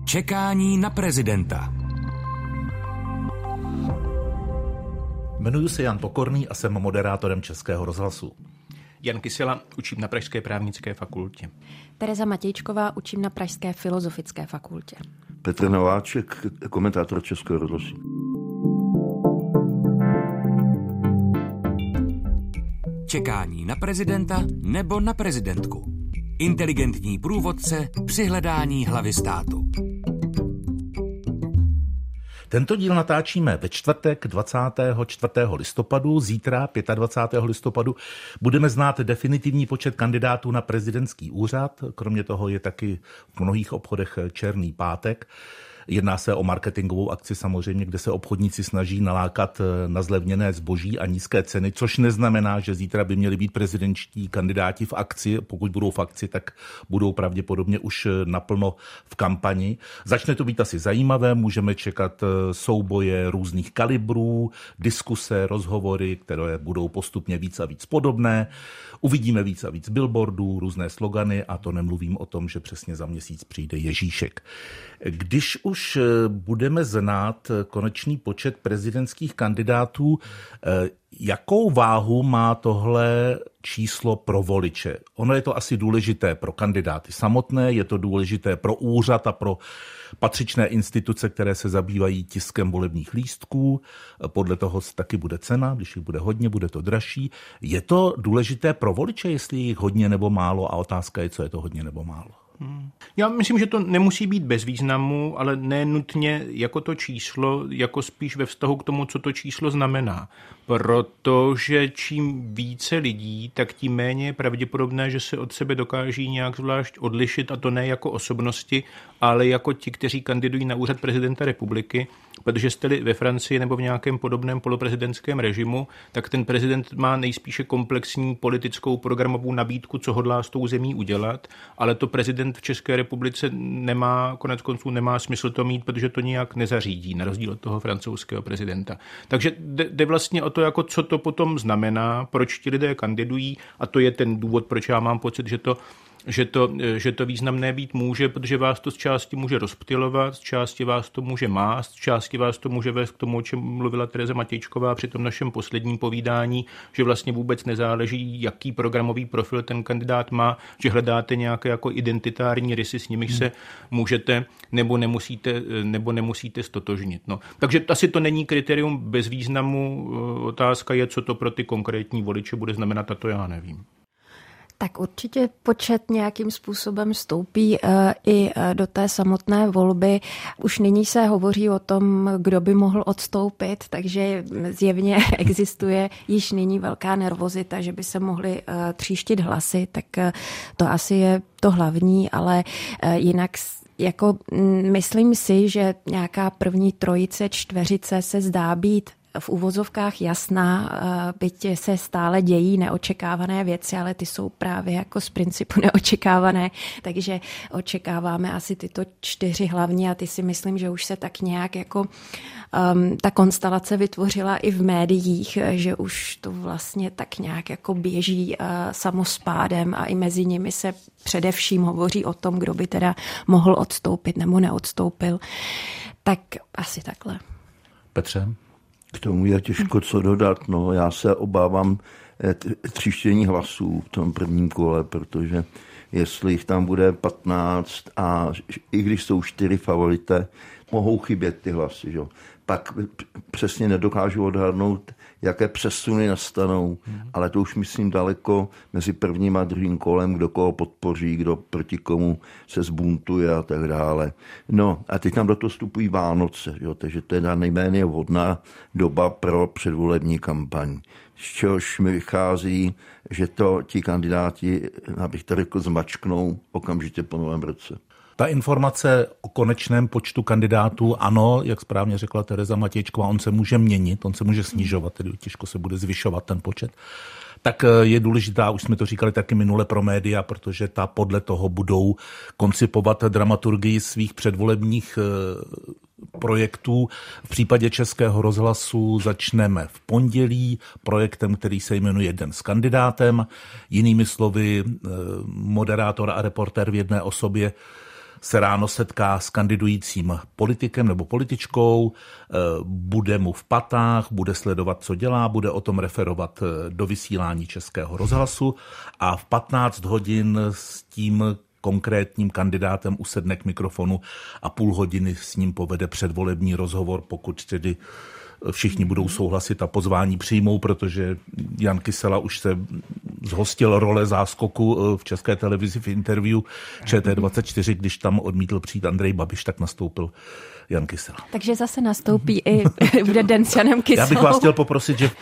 Čekání na prezidenta. Jmenuji se Jan Pokorný a jsem moderátorem Českého rozhlasu. Jan Kysela, učím na Pražské právnické fakultě. Tereza Matějčková, učím na Pražské filozofické fakultě. Petr Nováček, komentátor Českého rozhlasu. Čekání na prezidenta nebo na prezidentku. Inteligentní průvodce při hledání hlavy státu. Tento díl natáčíme ve čtvrtek 24. listopadu. Zítra, 25. listopadu, budeme znát definitivní počet kandidátů na prezidentský úřad. Kromě toho je taky v mnohých obchodech Černý pátek. Jedná se o marketingovou akci samozřejmě, kde se obchodníci snaží nalákat na zlevněné zboží a nízké ceny, což neznamená, že zítra by měli být prezidentští kandidáti v akci. Pokud budou v akci, tak budou pravděpodobně už naplno v kampani. Začne to být asi zajímavé, můžeme čekat souboje různých kalibrů, diskuse, rozhovory, které budou postupně víc a víc podobné. Uvidíme víc a víc billboardů, různé slogany a to nemluvím o tom, že přesně za měsíc přijde Ježíšek. Když už budeme znát konečný počet prezidentských kandidátů, jakou váhu má tohle číslo pro voliče? Ono je to asi důležité pro kandidáty samotné, je to důležité pro úřad a pro patřičné instituce, které se zabývají tiskem volebních lístků. Podle toho taky bude cena, když jich bude hodně, bude to dražší. Je to důležité pro voliče, jestli je jich hodně nebo málo, a otázka je, co je to hodně nebo málo. Já myslím, že to nemusí být bez významu, ale ne nutně jako to číslo, jako spíš ve vztahu k tomu, co to číslo znamená. Protože čím více lidí, tak tím méně je pravděpodobné, že se od sebe dokáží nějak zvlášť odlišit, a to ne jako osobnosti, ale jako ti, kteří kandidují na úřad prezidenta republiky, protože jste-li ve Francii nebo v nějakém podobném poloprezidentském režimu, tak ten prezident má nejspíše komplexní politickou programovou nabídku, co hodlá s tou zemí udělat, ale to prezident v České republice nemá, konec konců nemá smysl to mít, protože to nijak nezařídí, na rozdíl od toho francouzského prezidenta. Takže jde vlastně o to, jako co to potom znamená, proč ti lidé kandidují, a to je ten důvod, proč já mám pocit, že to významné být může, protože vás to z části může rozptylovat, z části vás to může mást, z části vás to může vést k tomu, o čem mluvila Tereza Matějčková při tom našem posledním povídání, že vlastně vůbec nezáleží, jaký programový profil ten kandidát má, že hledáte nějaké jako identitární rysy, s nimiž se můžete nebo nemusíte stotožnit. No. Takže asi to není kritérium bez významu, otázka je, co to pro ty konkrétní voliče bude znamenat, a to já nevím. Tak určitě počet nějakým způsobem stoupí i do té samotné volby. Už nyní se hovoří o tom, kdo by mohl odstoupit, takže zjevně existuje již nyní velká nervozita, že by se mohly tříštit hlasy, tak to asi je to hlavní, ale jinak jako myslím si, že nějaká první trojice, čtveřice se zdá být v uvozovkách jasná, byť se stále dějí neočekávané věci, ale ty jsou právě jako z principu neočekávané, takže očekáváme asi tyto 4 hlavní a ty si myslím, že už se tak nějak jako ta konstelace vytvořila i v médiích, že už to vlastně tak nějak jako běží samospádem a i mezi nimi se především hovoří o tom, kdo by teda mohl odstoupit nebo neodstoupil. Tak asi takhle. Petře? K tomu je těžko co dodat. No, já se obávám tříštění hlasů v tom prvním kole, protože jestli jich tam bude 15 a i když jsou 4 favorité, mohou chybět ty hlasy. Že? Pak přesně nedokážu odhadnout, jaké přesuny nastanou, ale to už myslím daleko mezi prvním a druhým kolem, kdo koho podpoří, kdo proti komu se zbuntuje a tak dále. No a teď tam do toho vstupují Vánoce, jo? Takže to je nejméně vhodná doba pro předvolební kampaň. Z čehož mi vychází, že to ti kandidáti, abych to řekl, zmačknou okamžitě po novém roce. Ta informace o konečném počtu kandidátů, ano, jak správně řekla Tereza Matějčková, on se může měnit, on se může snižovat, tedy těžko se bude zvyšovat ten počet. Tak je důležitá, už jsme to říkali taky minule, pro média, protože ta podle toho budou koncipovat dramaturgii svých předvolebních projektů. V případě Českého rozhlasu začneme v pondělí projektem, který se jmenuje Den s kandidátem. Jinými slovy, moderátor a reportér v jedné osobě se ráno setká s kandidujícím politikem nebo političkou, bude mu v patách, bude sledovat, co dělá, bude o tom referovat do vysílání Českého rozhlasu a v 15 hodin s tím konkrétním kandidátem usedne k mikrofonu a půl hodiny s ním povede předvolební rozhovor, pokud tedy všichni budou souhlasit a pozvání přijmou, protože Jan Kysela už se zhostil role záskoku v České televizi v interview ČT24, když tam odmítl přijít Andrej Babiš, tak nastoupil Jan Kysela. Takže zase nastoupí i bude den s Janem Kyselou. Já bych vás chtěl poprosit, že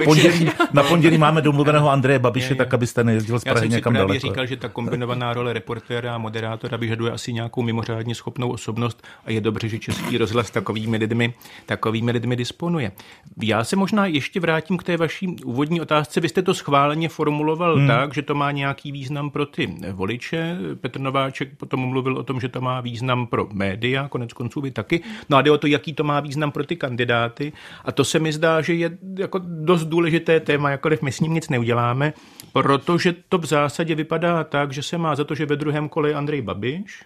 na pondělí máme domluveného Andreje Babiše, tak abyste nejezdil z Prahy někam daleko. Já jsem si říkal, že ta kombinovaná role reportéra a moderátora vyžaduje asi nějakou mimořádně schopnou osobnost a je dobře, že Český rozhlas takovými lidmi disponuje. Já se možná ještě vrátím k té vaší úvodní otázce. Vy jste to schválně formuloval tak, že to má nějaký význam pro ty voliče. Petr Nováček potom mluvil o tom, že to má význam pro média, konec konců vy taky. No a jde o to, jaký to má význam pro ty kandidáty. A to se mi zdá, že je jako dost důležité téma, jakkoliv my s ním nic neuděláme, protože to v zásadě vypadá tak, že se má za to, že ve druhém kole je Andrej Babiš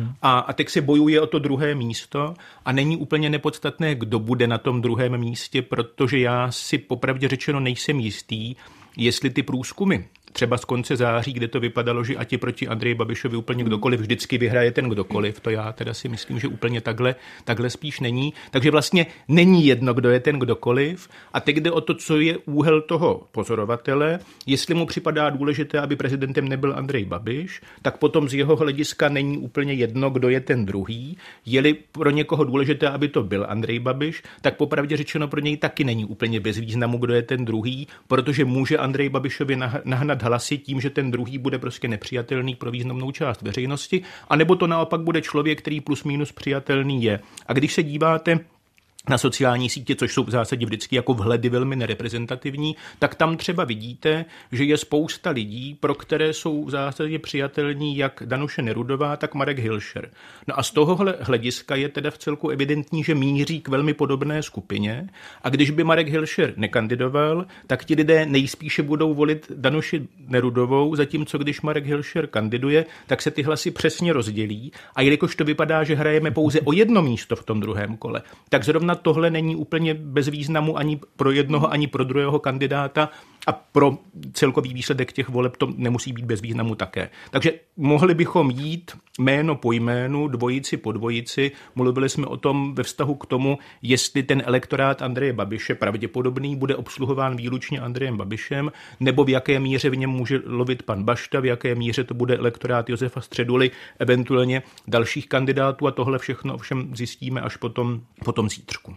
a teď se bojuje o to druhé místo a není úplně nepodstatné, kdo bude na tom druhém místě, protože já si popravdě řečeno nejsem jistý, jestli ty průzkumy třeba z konce září, kde to vypadalo, že ať je proti Andreji Babišovi úplně kdokoliv, vždycky vyhraje ten kdokoliv, to já teda si myslím, že úplně takhle spíš není. Takže vlastně není jedno, kdo je ten kdokoliv a teď jde o to, co je úhel toho pozorovatele. Jestli mu připadá důležité, aby prezidentem nebyl Andrej Babiš, tak potom z jeho hlediska není úplně jedno, kdo je ten druhý. Je-li pro někoho důležité, aby to byl Andrej Babiš, tak popravdě řečeno pro něj taky není úplně bez významu, kdo je ten druhý, protože může Andrej Babišovi nahnat hlasy tím, že ten druhý bude prostě nepřijatelný pro významnou část veřejnosti, anebo to naopak bude člověk, který plus minus přijatelný je. A když se díváte na sociální sítě, což jsou v zásadě vždycky jako vhledy velmi nereprezentativní, tak tam třeba vidíte, že je spousta lidí, pro které jsou v zásadě přijatelní jak Danuše Nerudová, tak Marek Hilšer. No a z tohohle hlediska je teda v celku evidentní, že míří k velmi podobné skupině a když by Marek Hilšer nekandidoval, tak ti lidé nejspíše budou volit Danuši Nerudovou, zatímco když Marek Hilšer kandiduje, tak se ty hlasy přesně rozdělí a jelikož to vypadá, že hrajeme pouze o jedno místo v tom druhém kole, tak zrovna tohle není úplně bez významu ani pro jednoho, ani pro druhého kandidáta a pro celkový výsledek těch voleb to nemusí být bez významu také. Takže mohli bychom jít jméno po jménu, dvojici po dvojici. Mluvili jsme o tom ve vztahu k tomu, jestli ten elektorát Andreje Babiše pravděpodobný bude obsluhován výlučně Andrejem Babišem, nebo v jaké míře v něm může lovit pan Bašta, v jaké míře to bude elektorát Josefa Středuly, eventuálně dalších kandidátů a tohle všechno ovšem zjistíme až potom zítřku.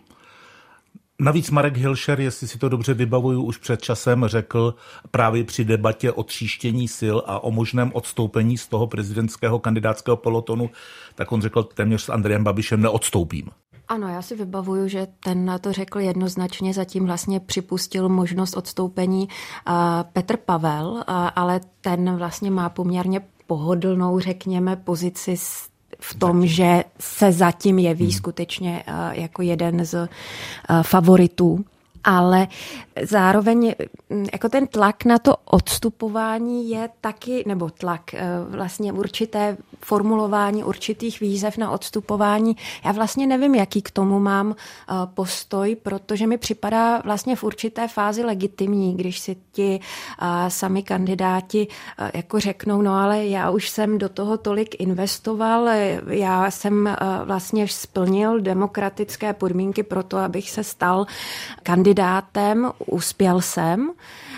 Navíc Marek Hilšer, jestli si to dobře vybavuju, už před časem řekl právě při debatě o tříštění sil a o možném odstoupení z toho prezidentského kandidátského pelotonu, tak on řekl téměř s Andrejem Babišem neodstoupím. Ano, já si vybavuju, že ten to řekl jednoznačně, zatím vlastně připustil možnost odstoupení Petr Pavel, ale ten vlastně má poměrně pohodlnou, řekněme, pozici v tom, že se zatím jeví skutečně jako jeden z favoritů. Ale zároveň jako ten tlak na to odstupování je taky, nebo tlak vlastně určité formulování určitých výzev na odstupování. Já vlastně nevím, jaký k tomu mám postoj, protože mi připadá vlastně v určité fázi legitimní, když si ti sami kandidáti jako řeknou, no ale já už jsem do toho tolik investoval, já jsem vlastně splnil demokratické podmínky pro to, abych se stal kandidátem, uspěl jsem.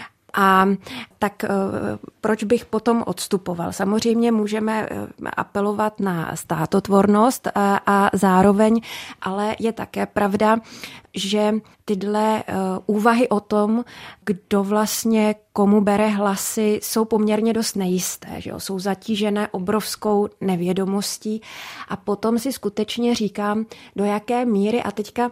A tak proč bych potom odstupoval? Samozřejmě můžeme apelovat na státotvornost a zároveň, ale je také pravda, že tyhle úvahy o tom, kdo vlastně komu bere hlasy, jsou poměrně dost nejisté, že jo? Jsou zatížené obrovskou nevědomostí a potom si skutečně říkám, do jaké míry a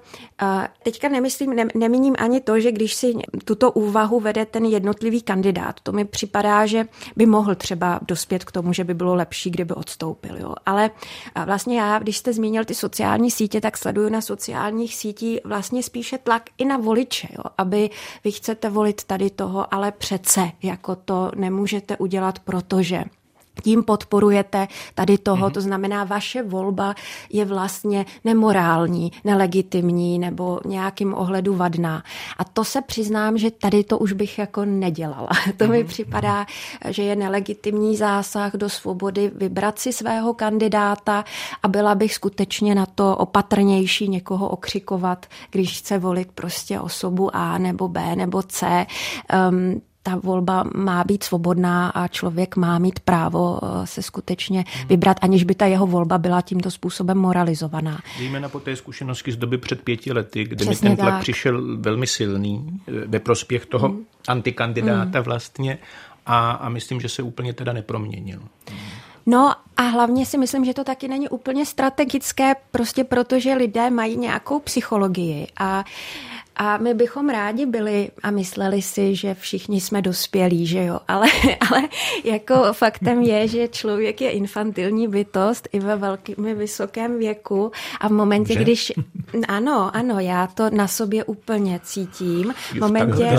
teďka nemíním ani to, že když si tuto úvahu vede ten jednotlivý kandidát, to mi připadá, že by mohl třeba dospět k tomu, že by bylo lepší, kdyby odstoupil. Jo? Ale vlastně já, když jste zmínil ty sociální sítě, tak sleduju na sociálních sítích vlastně spíše tlak i na voliče, jo? Aby vy chcete volit tady toho, ale přece jako to nemůžete udělat, protože tím podporujete tady toho, to znamená, vaše volba je vlastně nemorální, nelegitimní nebo nějakým ohledu vadná. A to se přiznám, že tady to už bych jako nedělala. To mi připadá, že je nelegitimní zásah do svobody vybrat si svého kandidáta a byla bych skutečně na to opatrnější někoho okřikovat, když chce volit prostě osobu A nebo B nebo C. Ta volba má být svobodná a člověk má mít právo se skutečně vybrat, aniž by ta jeho volba byla tímto způsobem moralizovaná. Zejména po té zkušenosti z doby před 5 lety, kde mi ten tlak přišel velmi silný ve prospěch toho antikandidáta vlastně a myslím, že se úplně teda neproměnil. No a hlavně si myslím, že to taky není úplně strategické, prostě protože lidé mají nějakou psychologii a my bychom rádi byli a mysleli si, že všichni jsme dospělí, že jo, ale jako faktem je, že člověk je infantilní bytost i ve velmi vysokém věku a v momentě, když... Ano, já to na sobě úplně cítím. V momentě...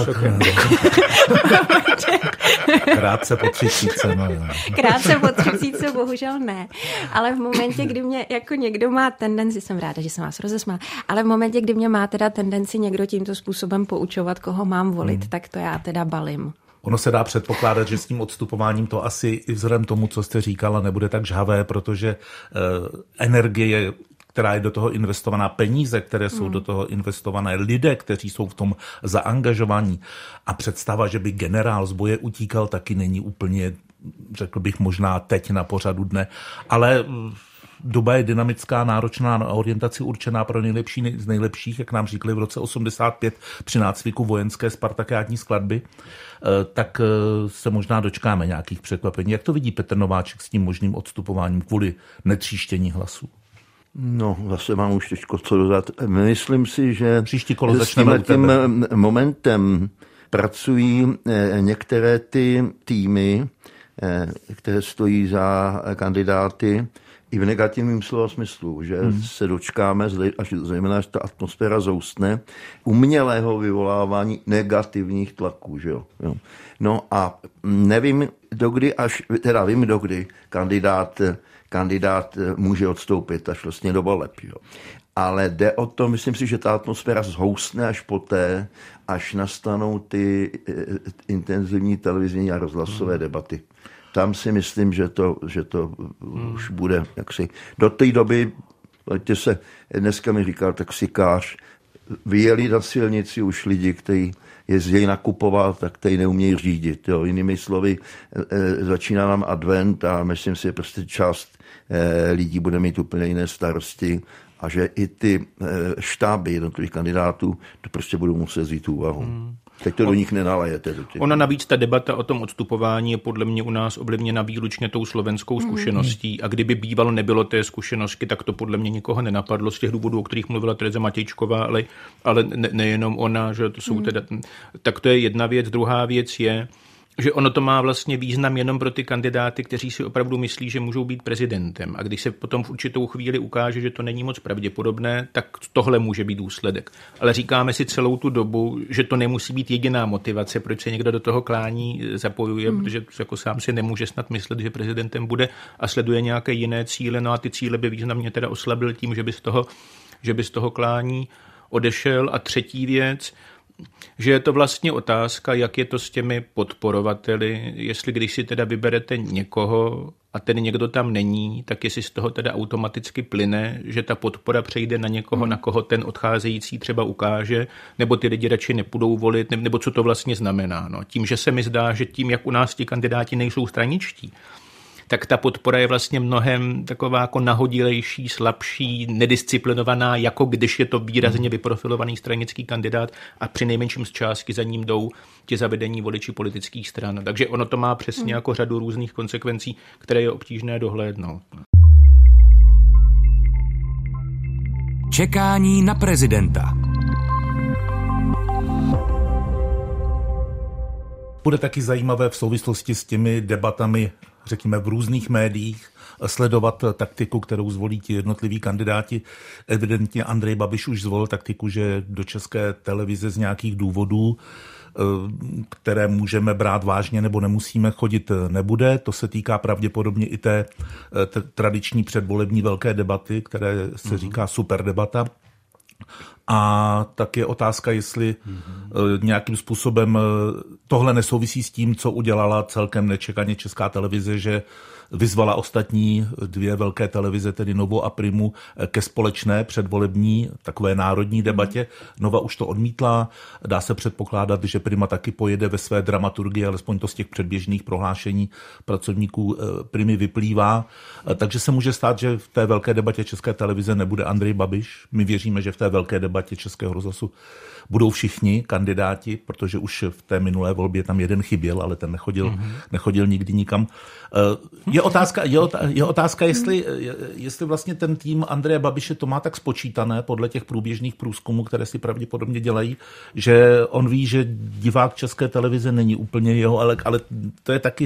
Krátce po 30, no. Krátce po 30, bohužel ne. Ale v momentě, kdy mě jako někdo má tendenci, jsem ráda, že jsem vás rozesmála, ale v momentě, kdy mě má teda tendenci někdo tímto způsobem poučovat, koho mám volit, tak to já teda balím. Ono se dá předpokládat, že s tím odstupováním to asi i vzhledem tomu, co jste říkala, nebude tak žhavé, protože energie, která je do toho investovaná, peníze, které jsou do toho investované, lidé, kteří jsou v tom zaangažovaní a představa, že by generál z boje utíkal, taky není úplně, řekl bych, možná teď na pořadu dne, ale doba je dynamická, náročná, na orientaci určená pro nejlepší z nejlepších, jak nám říkali v roce 85 při nácviku vojenské spartakiádní skladby, tak se možná dočkáme nějakých překvapení. Jak to vidí Petr Nováček s tím možným odstupováním kvůli netříštění hlasů? No, zase mám už těžko co dodat. Myslím si, že příští kolo s tímhletím momentem pracují některé ty týmy, které stojí za kandidáty, i v negativním slova smyslu, že se dočkáme, až zejména až ta atmosféra zoustne, umělého vyvolávání negativních tlaků. Že jo? No a nevím, vím, dokdy kandidát může odstoupit až vlastně do voleb. Jo? Ale jde o to, myslím si, že ta atmosféra zhoustne až poté, až nastanou ty intenzivní televizní a rozhlasové debaty. Tam si myslím, že to už bude jaksi. Do té doby, dneska mi říkal taxikář, vyjeli na silnici už lidi, kteří jezdí nakupovat, tak kteří neumějí řídit. Jo. Jinými slovy, začíná nám advent a myslím si, že prostě část lidí bude mít úplně jiné starosti a že i ty štáby jednotlivých kandidátů to prostě budou muset vzít úvahu. Teď to do nich nenalajete. Ona navíc ta debata o tom odstupování je podle mě u nás ovlivněna výlučně tou slovenskou zkušeností a kdyby bývalo nebylo té zkušenosti, tak to podle mě nikoho nenapadlo z těch důvodů, o kterých mluvila Tereza Matějčková, ale nejenom ona, že to jsou teda, tak to je jedna věc. Druhá věc je, že ono to má vlastně význam jenom pro ty kandidáty, kteří si opravdu myslí, že můžou být prezidentem. A když se potom v určitou chvíli ukáže, že to není moc pravděpodobné, tak tohle může být důsledek. Ale říkáme si celou tu dobu, že to nemusí být jediná motivace, proč se někdo do toho klání zapojuje, protože jako sám si nemůže snad myslet, že prezidentem bude a sleduje nějaké jiné cíle. No a ty cíle by významně teda oslabil tím, že by z toho klání odešel. A třetí věc, že je to vlastně otázka, jak je to s těmi podporovateli, jestli když si teda vyberete někoho a ten někdo tam není, tak jestli z toho teda automaticky plyne, že ta podpora přejde na někoho, na koho ten odcházející třeba ukáže, nebo ty lidi radši nepůjdou volit, nebo co to vlastně znamená. No, tím, že se mi zdá, že tím, jak u nás ti kandidáti nejsou straničtí, tak ta podpora je vlastně mnohem taková jako nahodilejší, slabší, nedisciplinovaná, jako když je to výrazně vyprofilovaný stranický kandidát a při nejmenším z částky za ním jdou ti zavedení voliči politických stran. Takže ono to má přesně jako řadu různých konsekvencí, které je obtížné dohlédnout. Čekání na prezidenta. Bude taky zajímavé v souvislosti s těmi debatami řekněme, v různých médiích, sledovat taktiku, kterou zvolí ti jednotliví kandidáti. Evidentně Andrej Babiš už zvolil taktiku, že do České televize z nějakých důvodů, které můžeme brát vážně nebo nemusíme, chodit nebude. To se týká pravděpodobně i té tradiční předvolební velké debaty, které se říká superdebata. A tak je otázka, jestli nějakým způsobem tohle nesouvisí s tím, co udělala celkem nečekaně Česká televize, že vyzvala ostatní dvě velké televize, tedy Novo a Primu, ke společné předvolební takové národní debatě. Nova už to odmítla, dá se předpokládat, že Prima taky pojede ve své dramaturgii, alespoň to z těch předběžných prohlášení pracovníků Primy vyplývá. Takže se může stát, že v té velké debatě České televize nebude Andrej Babiš. My věříme, že v té velké debatě Českého rozhlasu budou všichni kandidáti, protože už v té minulé volbě tam jeden chyběl, ale ten nechodil nikdy nikam. Je otázka, jestli vlastně ten tým Andreje Babiše to má tak spočítané podle těch průběžných průzkumů, které si pravděpodobně dělají, že on ví, že divák České televize není úplně jeho, ale to je taky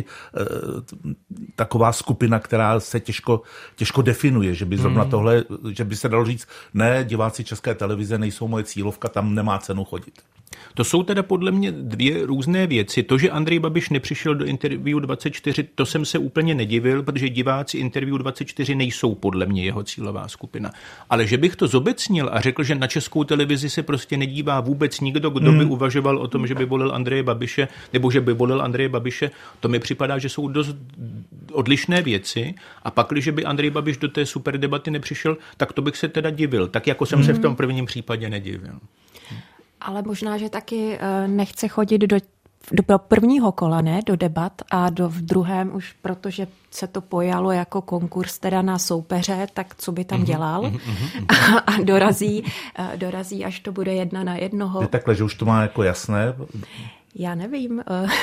taková skupina, která se těžko definuje, že by zrovna tohle, že by se dalo říct, ne, diváci České televize nejsou moje cílovka, tam nemá cenu chodit. To jsou teda podle mě dvě různé věci. To, že Andrej Babiš nepřišel do Interview 24, to jsem se úplně nedivil, protože diváci Interview 24 nejsou podle mě jeho cílová skupina. Ale že bych to zobecnil a řekl, že na Českou televizi se prostě nedívá vůbec nikdo, kdo by uvažoval o tom, že by volil Andreje Babiše, nebo že by volil Andreje Babiše, to mi připadá, že jsou dost odlišné věci. A pak, když by Andrej Babiš do té super debaty nepřišel, tak to bych se teda divil. Tak jako jsem se v tom prvním případě nedivil. Ale možná, že taky nechce chodit do prvního kola, ne, do debat a v druhém už, protože se to pojalo jako konkurs teda na soupeře, tak co by tam dělal a dorazí, až to bude 1-1. Je takhle, že už to má jako jasné? Já nevím.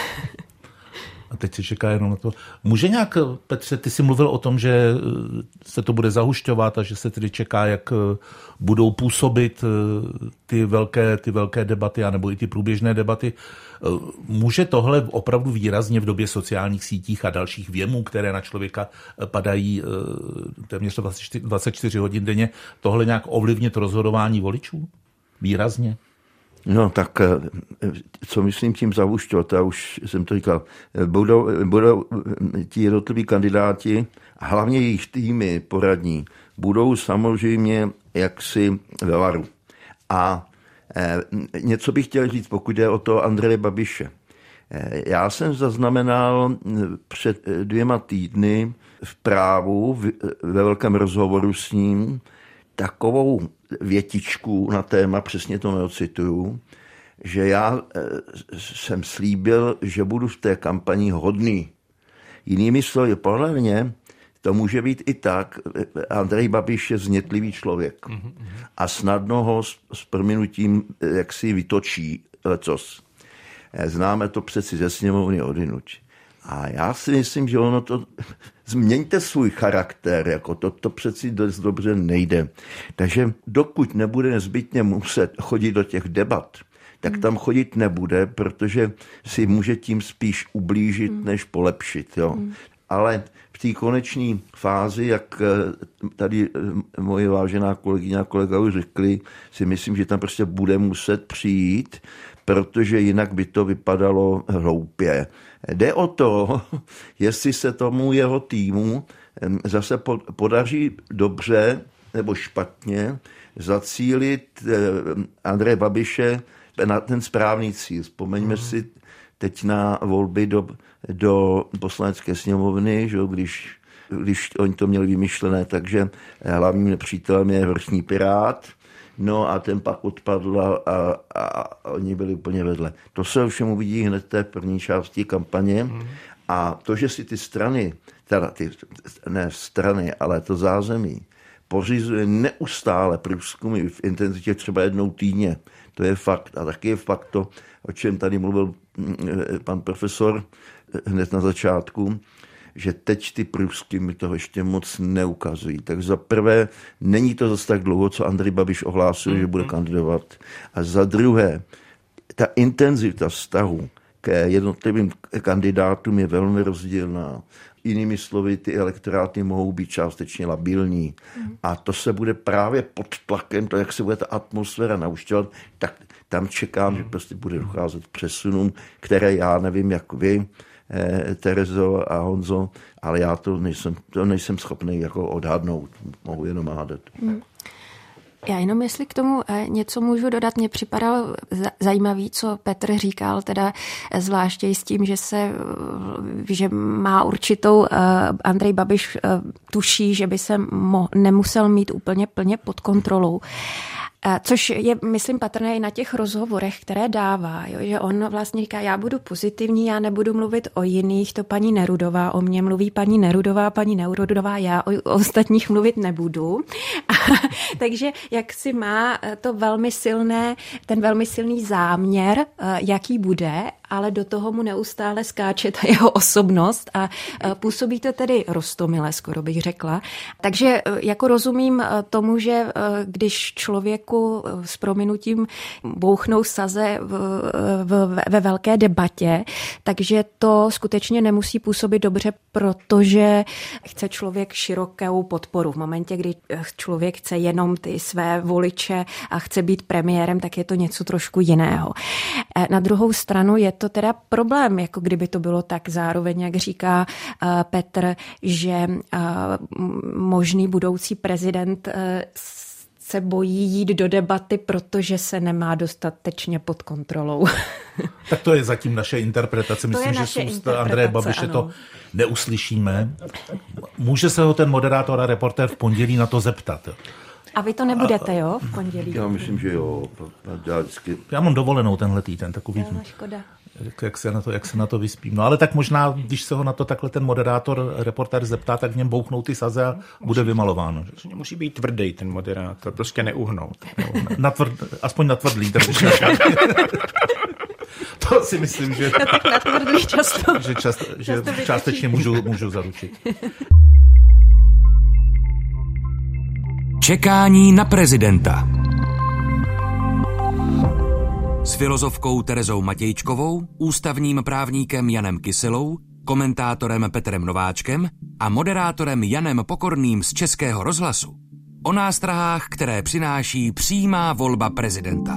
A teď se čeká jenom na to. Může nějak, Petře, ty jsi mluvil o tom, že se to bude zahušťovat a že se tedy čeká, jak budou působit ty velké debaty, anebo i ty průběžné debaty. Může tohle opravdu výrazně v době sociálních sítích a dalších věmů, které na člověka padají téměř 24 hodin denně, tohle nějak ovlivnit rozhodování voličů? Výrazně? No tak, co myslím tím zahušťovat, já už jsem to říkal, budou ti jednotliví kandidáti, a hlavně jejich týmy poradní, budou samozřejmě jaksi ve varu. A něco bych chtěl říct, pokud jde o to Andreje Babiše. Já jsem zaznamenal před 2 týdny v Právu ve velkém rozhovoru s ním takovou větičku na téma, přesně to neocituju, že já jsem slíbil, že budu v té kampani hodný. Jinými slovy, podle mě to může být i tak, Andrej Babiš je znětlivý člověk a snadno ho s prominutím jaksi vytočí lecos. Známe to přeci ze sněmovny odjinuť. A já si myslím, že ono to... Změňte svůj charakter, jako to přeci dost dobře nejde. Takže dokud nebude nezbytně muset chodit do těch debat, tak tam chodit nebude, protože si může tím spíš ublížit, než polepšit. Jo. Ale v té konečné fázi, jak tady moje vážená kolegyně a kolega už řekli, si myslím, že tam prostě bude muset přijít, protože jinak by to vypadalo hloupě. Jde o to, jestli se tomu jeho týmu zase podaří dobře nebo špatně zacílit Andreje Babiše na ten správný cíl. Vzpomeňme si teď na volby do poslanecké sněmovny, že, když oni to měli vymyšlené, takže hlavním nepřítelem je vrchní pirát, no a ten pak odpadl a oni byli úplně vedle. To se ovšem uvidí hned v té první části kampaně a to, že si ty strany, ne strany, ale to zázemí, pořizuje neustále průzkumy v intenzitě třeba 1 týdně. To je fakt. A taky je fakt to, o čem tady mluvil pan profesor hned na začátku, že teď ty průzkumy toho ještě moc neukazují. Tak za prvé, není to zase tak dlouho, co Andrej Babiš ohlásil, že bude kandidovat. A za druhé, ta intenzita vztahu k jednotlivým kandidátům je velmi rozdílná. jinými slovy, ty elektoráty mohou být částečně labilní. A to se bude právě pod tlakem, to, jak se bude ta atmosféra naušťovat, tak tam čekám, že prostě bude docházet k přesunům, které já nevím, jak vy, Terezo a Honzo, ale já to nejsem schopný jako odhadnout, mohu jenom hádat. Já jenom, jestli k tomu něco můžu dodat, mně připadalo zajímavý, co Petr říkal, teda zvláště s tím, že má určitou, Andrej Babiš tuší, že by se nemusel mít úplně plně pod kontrolou. Což je, myslím, patrné i na těch rozhovorech, které dává, jo? Že on vlastně říká, já budu pozitivní, já nebudu mluvit o jiných, to paní Nerudová, o mně mluví paní Nerudová, já o ostatních mluvit nebudu. Takže jak si má ten velmi silný záměr, jaký bude, ale do toho mu neustále skáče ta jeho osobnost a působí to tedy roztomile, skoro bych řekla. Takže jako rozumím tomu, že když člověku s prominutím bouchnou saze ve velké debatě, takže to skutečně nemusí působit dobře, protože chce člověk širokou podporu. V momentě, kdy člověk chce jenom ty své voliče a chce být premiérem, tak je to něco trošku jiného. Na druhou stranu je to teda problém, jako kdyby to bylo tak zároveň, jak říká Petr, že možný budoucí prezident se bojí jít do debaty, protože se nemá dostatečně pod kontrolou. Tak to je zatím naše interpretace. Myslím, že z úst Andreje Babiše to neuslyšíme. Může se ho ten moderátor a reportér v pondělí na to zeptat. A vy to nebudete, jo, v pondělí? Já myslím, že jo. Já mám dovolenou tenhle týden, tak uvidím. Škoda. Jak se na to vyspím. No ale tak možná, když se ho na to takhle ten moderátor, reportér zeptá, tak v něm bouchnou ty saze a bude vymalováno. Musí být tvrdý ten moderátor, prostě neuhnout. Aspoň natvrdlý. To si myslím, že... Já tak natvrdlý často. Že částečně můžu zaručit. Čekání na prezidenta. S filozofkou Terezou Matějčkovou, ústavním právníkem Janem Kyselou, komentátorem Petrem Nováčkem a moderátorem Janem Pokorným z Českého rozhlasu o nástrahách, které přináší přímá volba prezidenta.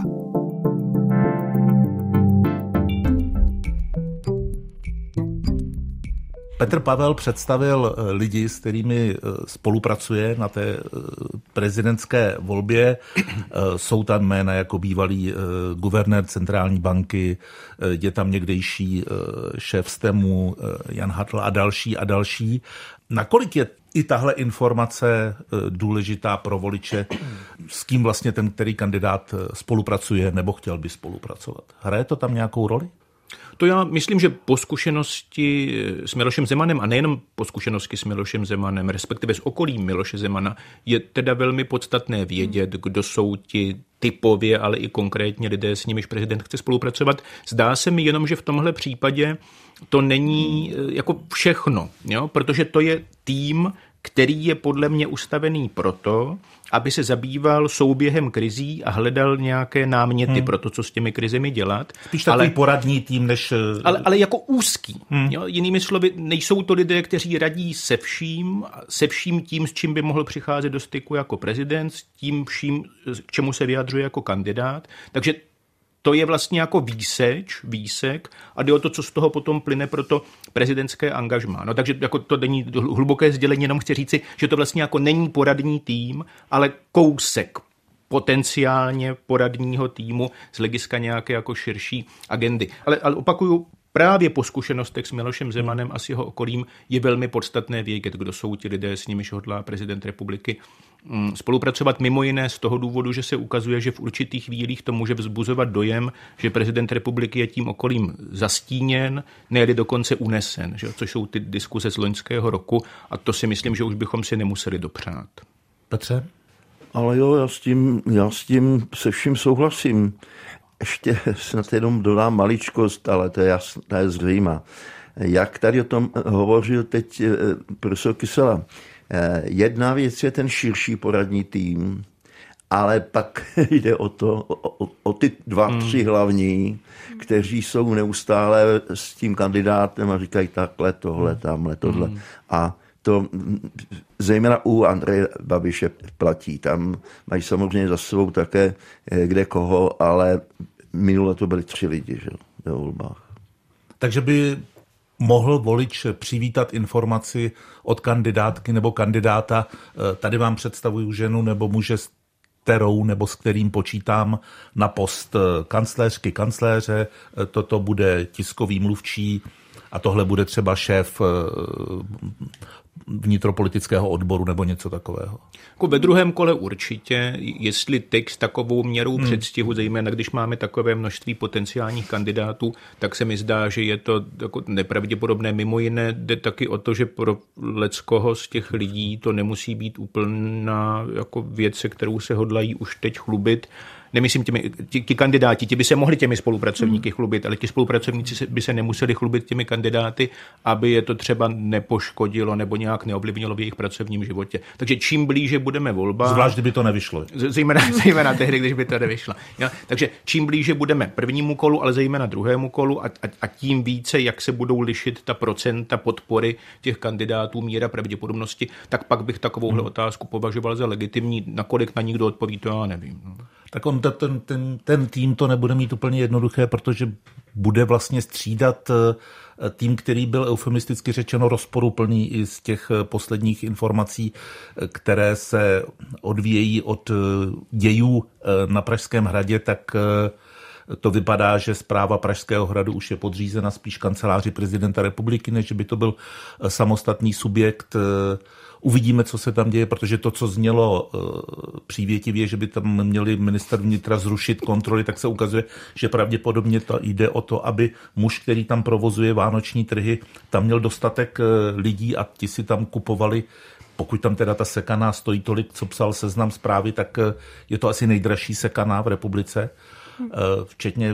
Petr Pavel představil lidi, s kterými spolupracuje na té prezidentské volbě. Jsou tam jména jako bývalý guvernér centrální banky, je tam někdejší šéf STEMu Jan Hatl a další. Nakolik je i tahle informace důležitá pro voliče, s kým vlastně ten, který kandidát spolupracuje nebo chtěl by spolupracovat? Hraje to tam nějakou roli? To já myslím, že po zkušenosti s Milošem Zemanem a nejenom po zkušenosti s Milošem Zemanem, respektive s okolím Miloše Zemana, je teda velmi podstatné vědět, kdo jsou ti typově, ale i konkrétně lidé, s nimiž prezident chce spolupracovat. Zdá se mi jenom, že v tomhle případě to není jako všechno, jo? Protože to je tým, který je podle mě ustavený proto, aby se zabýval souběhem krizí a hledal nějaké náměty pro to, co s těmi krizemi dělat. Spíš takový poradní tým, než... Ale jako úzký. Jo? Jinými slovy, nejsou to lidé, kteří radí se vším tím, s čím by mohl přicházet do styku jako prezident, s tím vším, k čemu se vyjadřuje jako kandidát. Takže to je vlastně jako výsek a jde o to, co z toho potom plyne pro to prezidentské angažmá. No, takže jako to není hluboké sdělení, jenom chci říci, že to vlastně jako není poradní tým, ale kousek potenciálně poradního týmu z hlediska nějaké jako širší agendy. Ale opakuju, právě po zkušenostech s Milošem Zemanem a s jeho okolím je velmi podstatné vědět, kdo jsou ti lidé, s nimiž hodlá prezident republiky spolupracovat, mimo jiné z toho důvodu, že se ukazuje, že v určitých chvílích to může vzbuzovat dojem, že prezident republiky je tím okolím zastíněn, ne-li dokonce unesen, že? Což jsou ty diskuse z loňského roku a to si myslím, že už bychom si nemuseli dopřát. Petře? Ale jo, já s tím se vším souhlasím. Ještě snad jenom dodám maličkost, ale to je zřejmá. Jak tady o tom hovořil teď profesor Kysela, jedna věc je ten širší poradní tým ale pak jde o ty 2-3 hlavní, kteří jsou neustále s tím kandidátem a říkají takhle, tohle, tamhle, tohle. A to zejména u Andreje Babiše platí. Tam mají samozřejmě za sebou také kde koho, ale minule to byli 3 lidi, že, ve volbách. Takže by mohl volič přivítat informaci od kandidátky nebo kandidáta, tady vám představuju ženu nebo muže, s kterou nebo s kterým počítám na post kancléřky, kancléře, toto bude tiskový mluvčí a tohle bude třeba šéf vnitropolitického odboru nebo něco takového. Jako ve druhém kole určitě, jestli text takovou měrou předstihu, zejména když máme takové množství potenciálních kandidátů, tak se mi zdá, že je to jako nepravděpodobné. Mimo jiné jde taky o to, že pro leckoho z těch lidí to nemusí být úplná jako věc, se kterou se hodlají už teď chlubit. Nemyslím ti kandidáti, ti by se mohli těmi spolupracovníky chlubit, ale ti spolupracovníci by se nemuseli chlubit těmi kandidáty, aby je to třeba nepoškodilo nebo nějak neovlivnilo v jejich pracovním životě. Takže čím blíže budeme volbám... Zvlášť, kdyby to nevyšlo. Zejména tehdy, když by to nevyšlo. Ja? Takže čím blíže budeme prvnímu kolu, ale zejména druhému kolu a tím více, jak se budou lišit ta procenta podpory těch kandidátů, míra pravděpodobnosti, tak pak bych takovouhle otázku považoval za legitimní. Nakolik na nikdo odpoví, to já nevím. No. Tak ten tým to nebude mít úplně jednoduché, protože bude vlastně střídat tým, který byl eufemisticky řečeno rozporuplný i z těch posledních informací, které se odvíjejí od dějů na Pražském hradě, tak to vypadá, že správa Pražského hradu už je podřízena spíš kanceláři prezidenta republiky, než by to byl samostatný subjekt. Uvidíme, co se tam děje, protože to, co znělo přívětivě, že by tam měli ministr vnitra zrušit kontroly, tak se ukazuje, že pravděpodobně to jde o to, aby muž, který tam provozuje vánoční trhy, tam měl dostatek lidí a ti si tam kupovali, pokud tam teda ta sekaná stojí tolik, co psal Seznam Zprávy, tak je to asi nejdražší sekaná v republice. Včetně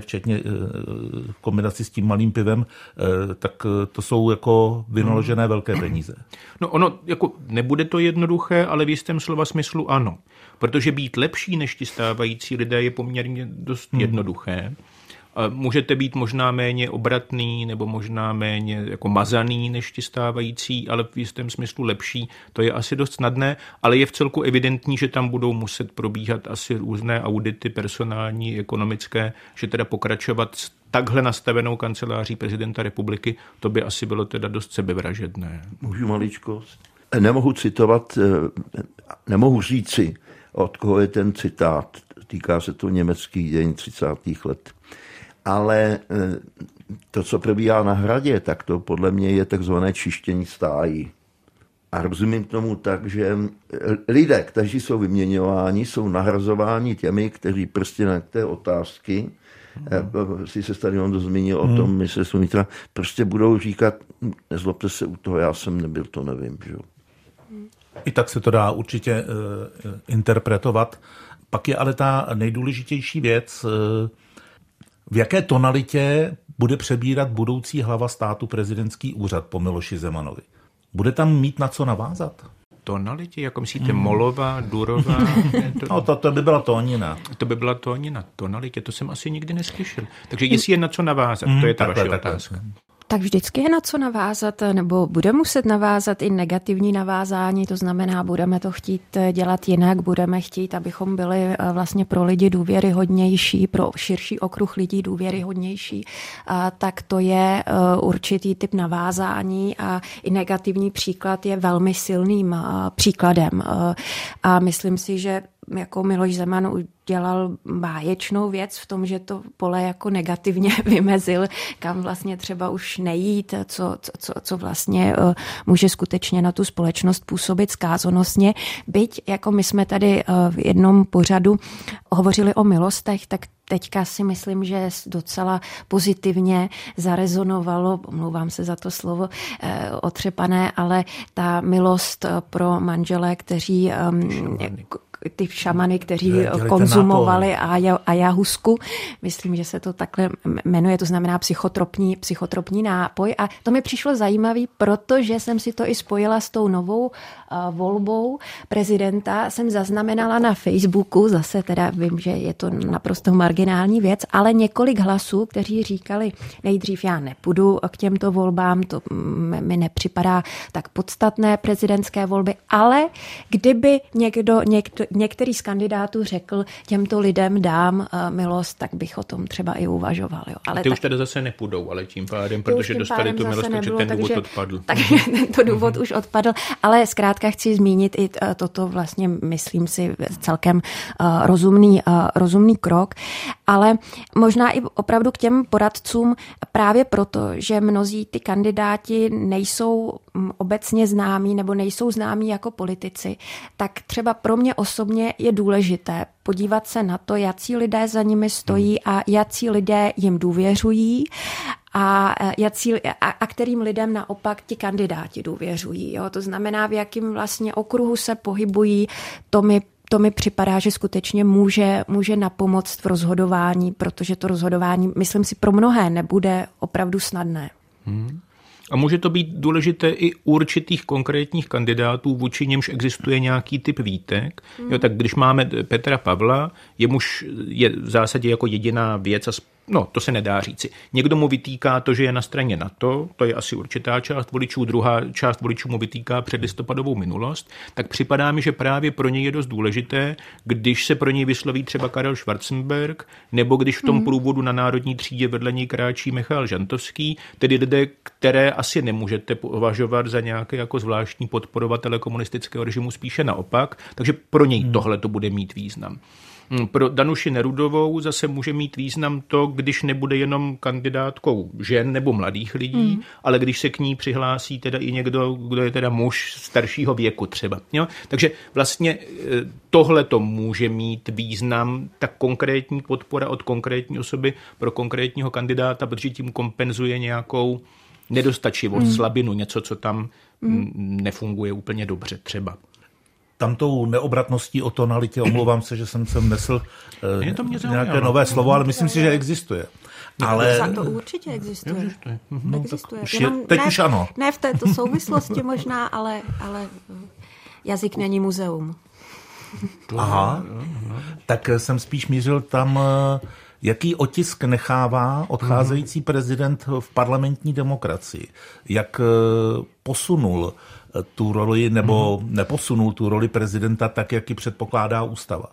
v kombinaci s tím malým pivem, tak to jsou jako vynaložené velké peníze. No ono, jako nebude to jednoduché, ale v jistém slova smyslu ano. Protože být lepší než ti stávající lidé je poměrně dost jednoduché. Můžete být možná méně obratný nebo možná méně jako mazaný než ti stávající, ale v jistém smyslu lepší. To je asi dost snadné, ale je vcelku evidentní, že tam budou muset probíhat asi různé audity personální, ekonomické, že teda pokračovat s takhle nastavenou kanceláří prezidenta republiky, to by asi bylo teda dost sebevražedné. Můžu maličkost? Nemohu říci, od koho je ten citát. Týká se to německých dějin 30. let. Ale to, co probíhá na hradě, tak to podle mě je takzvané čištění stájí. A rozumím tomu tak, že lidé, kteří jsou vyměňováni, jsou nahrazováni těmi, kteří prostě na té otázky, si se tady on zmínil o tom ministerstvu vnitra, prostě budou říkat, nezlobte se u toho, já jsem nebyl, to nevím. Že? I tak se to dá určitě interpretovat. Pak je ale ta nejdůležitější věc, v jaké tonalitě bude přebírat budoucí hlava státu prezidentský úřad po Miloši Zemanovi? Bude tam mít na co navázat? Tonalitě? Jako myslíte Molová, Durová? To by byla tónina. To by byla tónina. Tonalitě, to jsem asi nikdy neslyšel. Takže jestli je na co navázat, to je ta vaše otázka. Tak vždycky je na co navázat, nebo bude muset navázat i negativní navázání, to znamená, budeme to chtít dělat jinak, budeme chtít, abychom byli vlastně pro lidi důvěryhodnější, pro širší okruh lidí důvěryhodnější, tak to je určitý typ navázání a i negativní příklad je velmi silným příkladem. A myslím si, že jako Miloš Zeman udělal báječnou věc v tom, že to pole jako negativně vymezil, kam vlastně třeba už nejít, co vlastně může skutečně na tu společnost působit zkázonosně. Byť jako my jsme tady v jednom pořadu hovořili o milostech, tak teďka si myslím, že docela pozitivně zarezonovalo, omlouvám se za to slovo otřepané, ale ta milost pro manžele, kteří ty šamany, kteří konzumovali ayahuasku. Myslím, že se to takhle jmenuje, to znamená psychotropní nápoj. A to mi přišlo zajímavý, protože jsem si to i spojila s tou novou volbou prezidenta jsem zaznamenala na Facebooku, zase teda vím, že je to naprosto marginální věc, ale několik hlasů, kteří říkali, nejdřív já nepůjdu k těmto volbám, to mi nepřipadá tak podstatné prezidentské volby, ale kdyby některý z kandidátů řekl, těmto lidem dám milost, tak bych o tom třeba i uvažoval. Jo. Ale ty už tady zase nepůjdou, ale tím pádem, protože dostali tu milost, takže ten důvod odpadl. Takže tento důvod už odpadl, ale zkrátka chci zmínit i toto vlastně, myslím si, celkem rozumný krok, ale možná i opravdu k těm poradcům právě proto, že mnozí ty kandidáti nejsou obecně známí nebo nejsou známí jako politici, tak třeba pro mě osobně je důležité podívat se na to, jací lidé za nimi stojí a jací lidé jim důvěřují a kterým lidem naopak ti kandidáti důvěřují. Jo? To znamená, v jakém vlastně okruhu se pohybují, to mi připadá, že skutečně může napomoct v rozhodování, protože to rozhodování, myslím si, pro mnohé nebude opravdu snadné. A může to být důležité i určitých konkrétních kandidátů, vůči němž existuje nějaký typ výtek. Jo, tak když máme Petra Pavla, jemuž je v zásadě jako jediná věc, to se nedá říci. Někdo mu vytýká to, že je na straně NATO, to je asi určitá část voličů, druhá část voličů mu vytýká předlistopadovou minulost, tak připadá mi, že právě pro něj je dost důležité, když se pro něj vysloví třeba Karel Schwarzenberg, nebo když v tom průvodu na Národní třídě vedle něj kráčí Michal Žantovský, tedy lidé, které asi nemůžete považovat za nějaké jako zvláštní podporovatele komunistického režimu, spíše naopak, takže pro něj tohle to bude mít význam. Pro Danuši Nerudovou zase může mít význam to, když nebude jenom kandidátkou žen nebo mladých lidí, ale když se k ní přihlásí teda i někdo, kdo je teda muž staršího věku třeba. Jo? Takže vlastně tohle to může mít význam, ta konkrétní podpora od konkrétní osoby pro konkrétního kandidáta, protože tím kompenzuje nějakou nedostačivost, slabinu, něco, co tam nefunguje úplně dobře třeba. Tamtou neobratností o tonalitě, omlouvám se, že jsem sem nesl nějaké nové slovo, ale myslím si, že existuje. Ale to určitě existuje. Existuje. Teď už ano. Ne v této souvislosti možná, ale jazyk není muzeum. Aha, tak jsem spíš mířil tam, jaký otisk nechává odcházející prezident v parlamentní demokracii. Jak posunul tu roli nebo neposunul tu roli prezidenta tak, jak ji předpokládá ústava.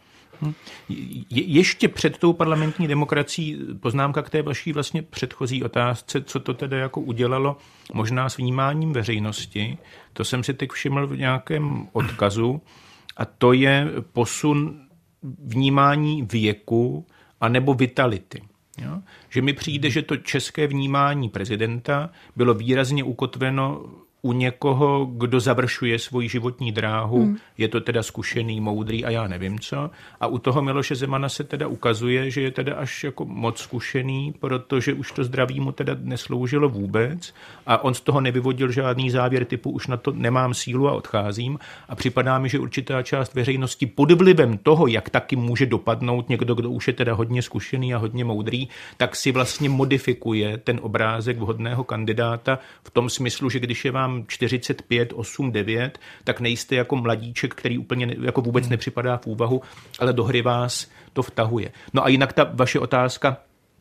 Ještě před tou parlamentní demokracií poznámka k té vaší vlastně předchozí otázce, co to teda jako udělalo možná s vnímáním veřejnosti. To jsem si teď všiml v nějakém odkazu a to je posun vnímání věku anebo vitality. Jo? Že mi přijde, že to české vnímání prezidenta bylo výrazně ukotveno u někoho, kdo završuje svoji životní dráhu, je to teda zkušený, moudrý a já nevím co. A u toho Miloše Zemana se teda ukazuje, že je teda až jako moc zkušený, protože už to zdraví mu teda nesloužilo vůbec a on z toho nevyvodil žádný závěr typu už na to nemám sílu a odcházím. A připadá mi, že určitá část veřejnosti pod vlivem toho, jak taky může dopadnout někdo, kdo už je teda hodně zkušený a hodně moudrý, tak si vlastně modifikuje ten obrázek vhodného kandidáta v tom smyslu, že když je vám 45, 8, 9, tak nejste jako mladíček, který úplně jako vůbec nepřipadá v úvahu, ale do hry vás to vtahuje. No a jinak ta vaše otázka,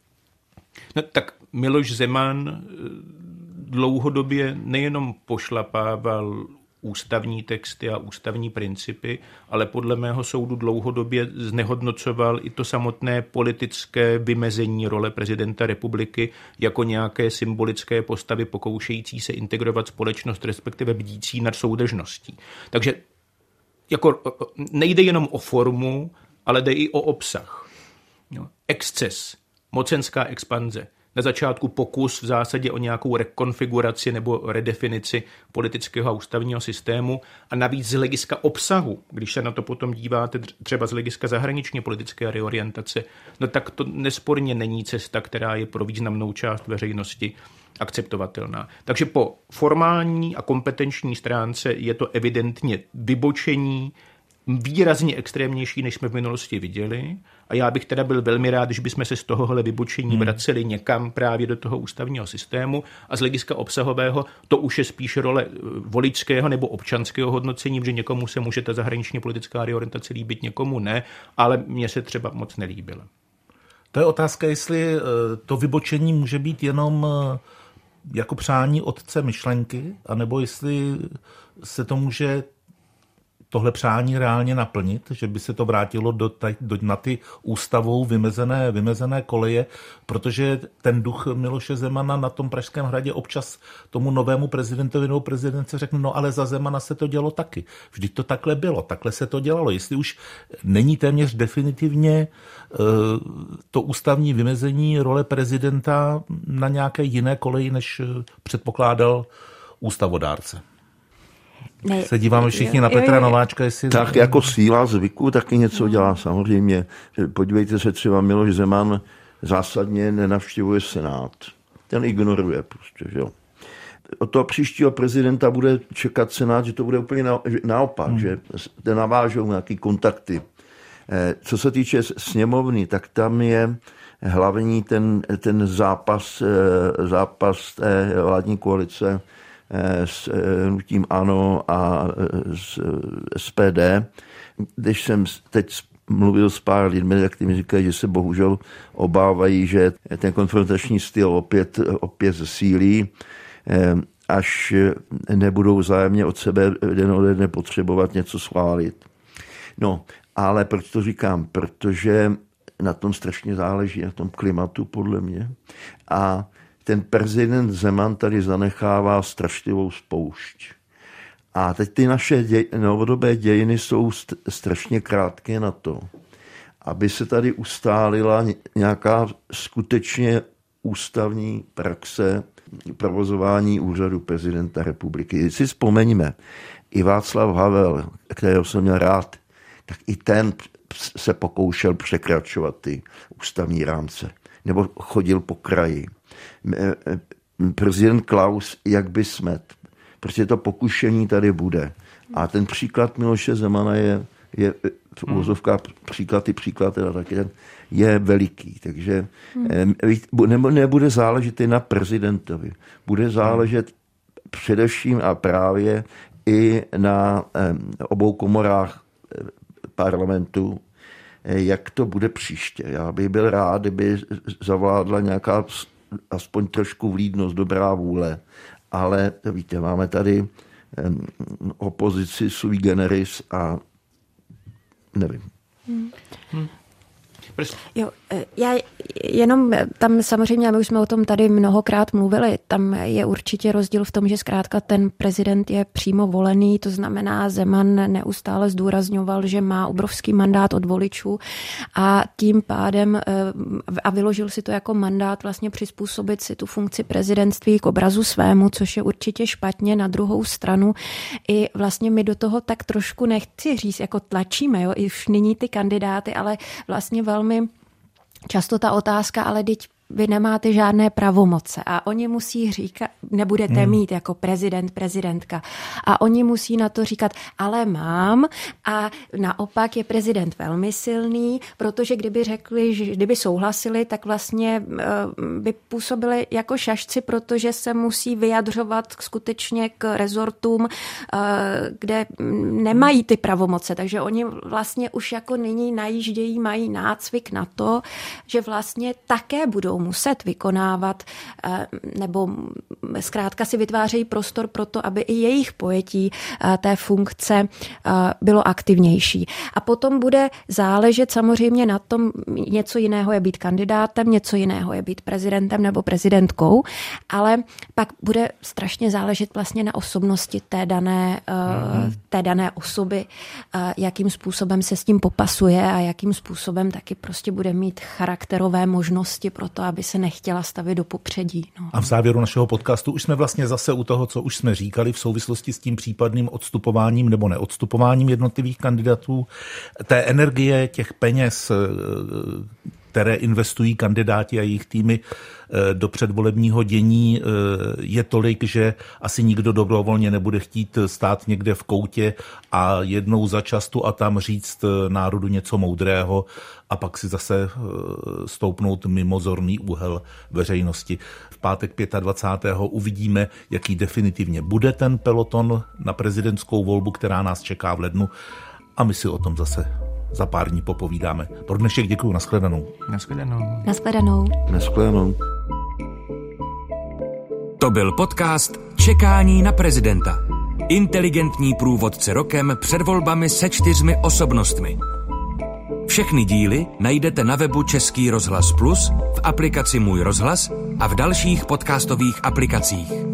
no tak Miloš Zeman dlouhodobě nejenom pošlapával ústavní texty a ústavní principy, ale podle mého soudu dlouhodobě znehodnocoval i to samotné politické vymezení role prezidenta republiky jako nějaké symbolické postavy pokoušející se integrovat společnost, respektive bdící nad soudržností. Takže jako nejde jenom o formu, ale jde i o obsah. Exces, mocenská expanze. Na začátku pokus v zásadě o nějakou rekonfiguraci nebo redefinici politického a ústavního systému a navíc z hlediska obsahu, když se na to potom díváte třeba z hlediska zahraničně politické reorientace, no tak to nesporně není cesta, která je pro významnou část veřejnosti akceptovatelná. Takže po formální a kompetenční stránce je to evidentně vybočení výrazně extrémnější, než jsme v minulosti viděli. A já bych teda byl velmi rád, když bychom se z tohohle vybočení vraceli někam právě do toho ústavního systému. A z hlediska obsahového to už je spíš role voličského nebo občanského hodnocení, že někomu se může ta zahraničně politická reorientace líbit, někomu ne, ale mně se třeba moc nelíbila. To je otázka, jestli to vybočení může být jenom jako přání otce myšlenky, anebo jestli se to může tohle přání reálně naplnit, že by se to vrátilo na ty ústavou vymezené koleje, protože ten duch Miloše Zemana na tom Pražském hradě občas tomu novému prezidentovi nebo prezidentce řekne, no ale za Zemana se to dělo taky. Vždyť to takhle bylo, takhle se to dělalo. Jestli už není téměř definitivně to ústavní vymezení role prezidenta na nějaké jiné koleji, než předpokládal ústavodárce. Ne, se díváme všichni na Petra Nováčka, jestli... Tak jako síla zvyku taky něco dělá samozřejmě. Podívejte se, třeba Miloš Zeman zásadně nenavštěvuje Senát. Ten ignoruje prostě, že jo. Od toho příštího prezidenta bude čekat Senát, že to bude úplně naopak, že navážou nějaký kontakty. Co se týče sněmovny, tak tam je hlavní ten zápas té vládní koalice s hnutím ANO a s SPD. Když jsem teď mluvil s pár lidmi, tak mi říkají, že se bohužel obávají, že ten konfrontační styl opět zesílí, až nebudou vzájemně od sebe den ode dne potřebovat něco schválit. No, ale proč to říkám? Protože na tom strašně záleží, na tom klimatu podle mě. A ten prezident Zeman tady zanechává strašlivou spoušť. A teď ty naše novodobé dějiny jsou strašně krátké na to, aby se tady ustálila nějaká skutečně ústavní praxe provozování úřadu prezidenta republiky. Když si vzpomeňme, i Václav Havel, kterého jsem měl rád, tak i ten se pokoušel překračovat ty ústavní rámce. Nebo chodil po kraji. Prezident Klaus, jak by smet. Prostě to pokušení tady bude. A ten příklad Miloše Zemana je v uvozovkách příklad teda taky je veliký. Takže nebude záležet i na prezidentovi. Bude záležet především a právě i na obou komorách parlamentu, jak to bude příště. Já bych byl rád, kdyby zavládla nějaká aspoň trošku vlídnost, dobrá vůle, ale víte, máme tady opozici sui generis a nevím. Jo, já jenom tam samozřejmě, my už jsme o tom tady mnohokrát mluvili, tam je určitě rozdíl v tom, že zkrátka ten prezident je přímo volený, to znamená Zeman neustále zdůrazňoval, že má obrovský mandát od voličů a tím pádem a vyložil si to jako mandát vlastně přizpůsobit si tu funkci prezidentství k obrazu svému, což je určitě špatně. Na druhou stranu i vlastně my do toho tak trošku nechci říct, jako tlačíme, jo, i už nyní ty kandidáty, ale vlastně velmi často ta otázka, ale teď vy nemáte žádné pravomoce a oni musí říkat, nebudete mít jako prezidentka a oni musí na to říkat, ale mám a naopak je prezident velmi silný, protože kdyby řekli, že kdyby souhlasili, tak vlastně by působili jako šašci, protože se musí vyjadřovat skutečně k rezortům, kde nemají ty pravomoce, takže oni vlastně už jako nyní najíždějí, mají nácvik na to, že vlastně také budou muset vykonávat nebo zkrátka si vytvářejí prostor pro to, aby i jejich pojetí té funkce bylo aktivnější. A potom bude záležet samozřejmě na tom, něco jiného je být kandidátem, něco jiného je být prezidentem nebo prezidentkou, ale pak bude strašně záležet vlastně na osobnosti té dané osoby, jakým způsobem se s tím popasuje a jakým způsobem taky prostě bude mít charakterové možnosti pro to, aby se nechtěla stavit do popředí. No. A v závěru našeho podcastu už jsme vlastně zase u toho, co už jsme říkali v souvislosti s tím případným odstupováním nebo neodstupováním jednotlivých kandidátů. Té energie, těch peněz, které investují kandidáti a jejich týmy do předvolebního dění, je tolik, že asi nikdo dobrovolně nebude chtít stát někde v koutě a jednou za čas tu a tam říct národu něco moudrého a pak si zase stoupnout mimo zorný úhel veřejnosti. V pátek 25. uvidíme, jaký definitivně bude ten peloton na prezidentskou volbu, která nás čeká v lednu, a my si o tom zase za pár dní popovídáme. Pro dnešek děkuju, nashledanou. Nashledanou. Nashledanou. Nashledanou. To byl podcast Čekání na prezidenta. Inteligentní průvodce rokem před volbami se 4 osobnostmi. Všechny díly najdete na webu Český rozhlas Plus, v aplikaci Můj rozhlas a v dalších podcastových aplikacích.